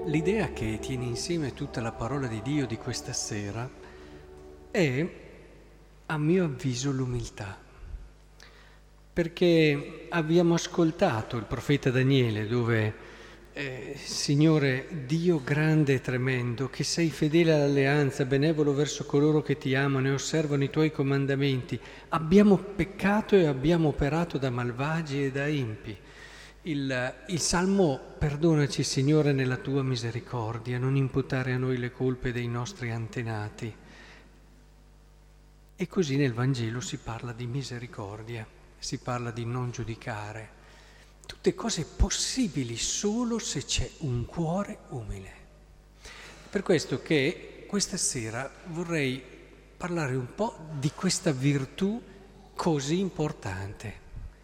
L'idea che tiene insieme tutta la parola di Dio di questa sera è, a mio avviso, l'umiltà. Perché abbiamo ascoltato il profeta Daniele dove, Signore Dio grande e tremendo, che sei fedele all'alleanza, benevolo verso coloro che ti amano e osservano i tuoi comandamenti, abbiamo peccato e abbiamo operato da malvagi e da empi. Il Salmo, perdonaci Signore nella tua misericordia, non imputare a noi le colpe dei nostri antenati. E così nel Vangelo si parla di misericordia, si parla di non giudicare. Tutte cose possibili solo se c'è un cuore umile. Per questo che questa sera vorrei parlare un po' di questa virtù così importante.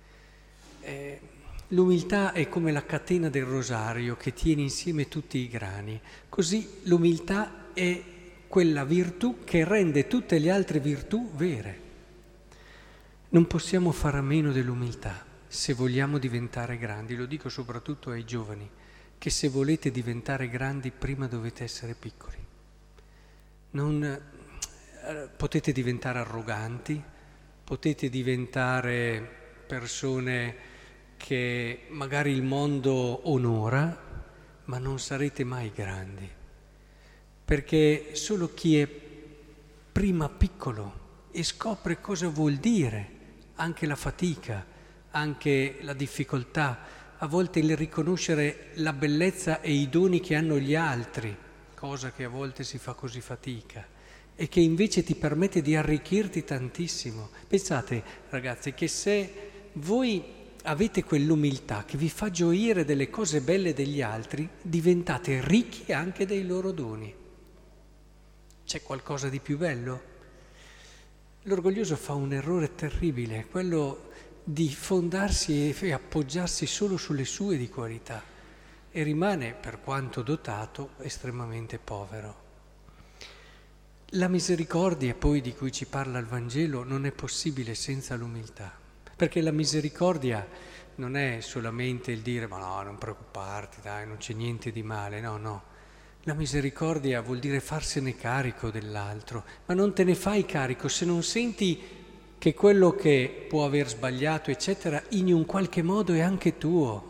L'umiltà è come la catena del rosario che tiene insieme tutti i grani. Così l'umiltà è quella virtù che rende tutte le altre virtù vere. Non possiamo fare a meno dell'umiltà se vogliamo diventare grandi. Lo dico soprattutto ai giovani, che se volete diventare grandi prima dovete essere piccoli. Non potete diventare arroganti, potete diventare persone che magari il mondo onora, ma non sarete mai grandi, perché solo chi è prima piccolo e scopre cosa vuol dire anche la fatica, anche la difficoltà, a volte il riconoscere la bellezza e i doni che hanno gli altri, cosa che a volte si fa così fatica e che invece ti permette di arricchirti tantissimo. Pensate, ragazzi, che se voi avete quell'umiltà che vi fa gioire delle cose belle degli altri, diventate ricchi anche dei loro doni. C'è qualcosa di più bello? L'orgoglioso fa un errore terribile, quello di fondarsi e appoggiarsi solo sulle sue di qualità e rimane, per quanto dotato, estremamente povero. La misericordia, poi, di cui ci parla il Vangelo, non è possibile senza l'umiltà. Perché la misericordia non è solamente il dire ma no, non preoccuparti, dai, non c'è niente di male, no. La misericordia vuol dire farsene carico dell'altro, ma non te ne fai carico se non senti che quello che può aver sbagliato, eccetera, in un qualche modo è anche tuo.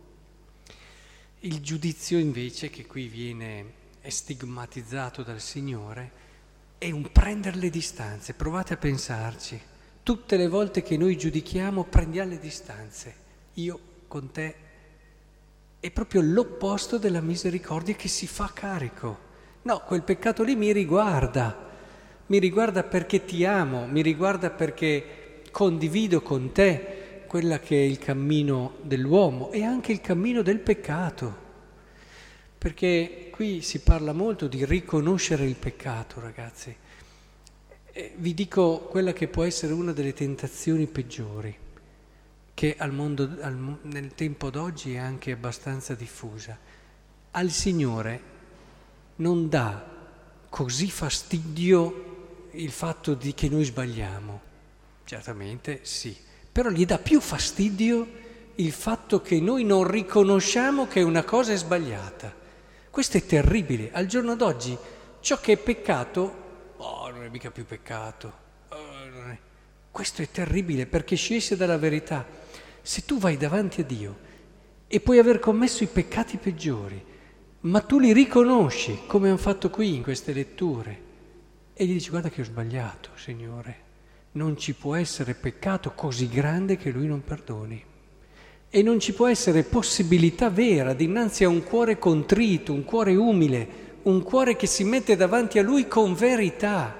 Il giudizio invece, che qui è stigmatizzato dal Signore, è un prendere le distanze. Provate a pensarci. Tutte le volte che noi giudichiamo prendiamo le distanze, io con te, è proprio l'opposto della misericordia che si fa carico. No, quel peccato lì mi riguarda perché ti amo, mi riguarda perché condivido con te quella che è il cammino dell'uomo e anche il cammino del peccato. Perché qui si parla molto di riconoscere il peccato, ragazzi. Vi dico quella che può essere una delle tentazioni peggiori, che nel tempo d'oggi è anche abbastanza diffusa. Al Signore non dà così fastidio il fatto di che noi sbagliamo, certamente sì, però gli dà più fastidio il fatto che noi non riconosciamo che una cosa è sbagliata. Questo è terribile. Al giorno d'oggi ciò che è peccato non è mica più peccato. Questo è terribile perché ci esce dalla verità. Se tu vai davanti a Dio e puoi aver commesso i peccati peggiori, ma tu li riconosci, come hanno fatto qui in queste letture, e gli dici guarda che ho sbagliato, Signore, non ci può essere peccato così grande che Lui non perdoni. E non ci può essere possibilità vera dinanzi a un cuore contrito, un cuore umile, un cuore che si mette davanti a Lui con verità.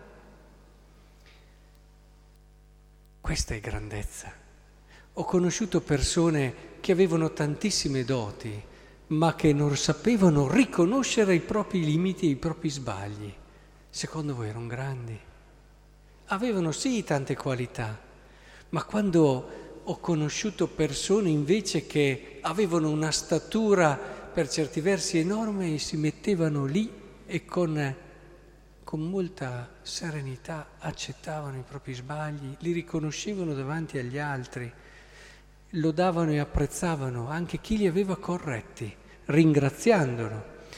Questa è grandezza. Ho conosciuto persone che avevano tantissime doti, ma che non sapevano riconoscere i propri limiti e i propri sbagli. Secondo voi erano grandi? Avevano sì tante qualità, ma quando ho conosciuto persone invece che avevano una statura per certi versi enorme e si mettevano lì e con molta serenità accettavano i propri sbagli, li riconoscevano davanti agli altri, lodavano e apprezzavano anche chi li aveva corretti, ringraziandolo.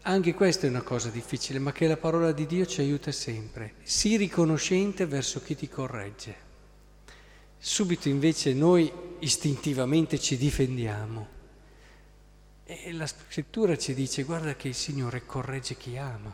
Anche questa è una cosa difficile, ma che la parola di Dio ci aiuta sempre. Sii riconoscente verso chi ti corregge. Subito invece noi istintivamente ci difendiamo. E la scrittura ci dice: guarda che il Signore corregge chi ama.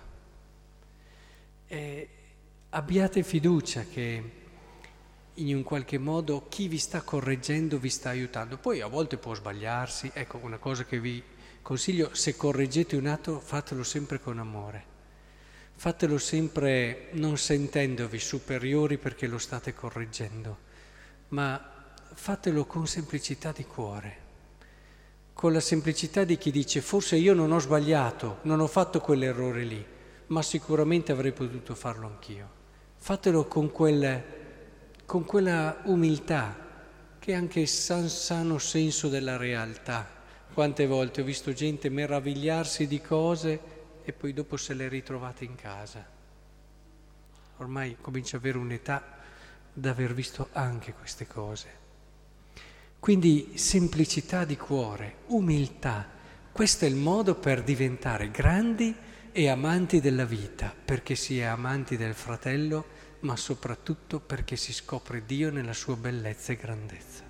E abbiate fiducia che in un qualche modo chi vi sta correggendo vi sta aiutando. Poi a volte può sbagliarsi. Ecco, una cosa che vi consiglio: se correggete un atto, fatelo sempre con amore. Fatelo sempre non sentendovi superiori perché lo state correggendo, ma fatelo con semplicità di cuore, con la semplicità di chi dice: forse io non ho sbagliato, non ho fatto quell'errore lì, ma sicuramente avrei potuto farlo anch'io. Fatelo con quella umiltà che è anche il sano senso della realtà. Quante volte ho visto gente meravigliarsi di cose e poi dopo se le ritrovate in casa. Ormai comincio ad avere un'età da aver visto anche queste cose. Quindi semplicità di cuore, umiltà, questo è il modo per diventare grandi e amanti della vita, perché si è amanti del fratello, ma soprattutto perché si scopre Dio nella sua bellezza e grandezza.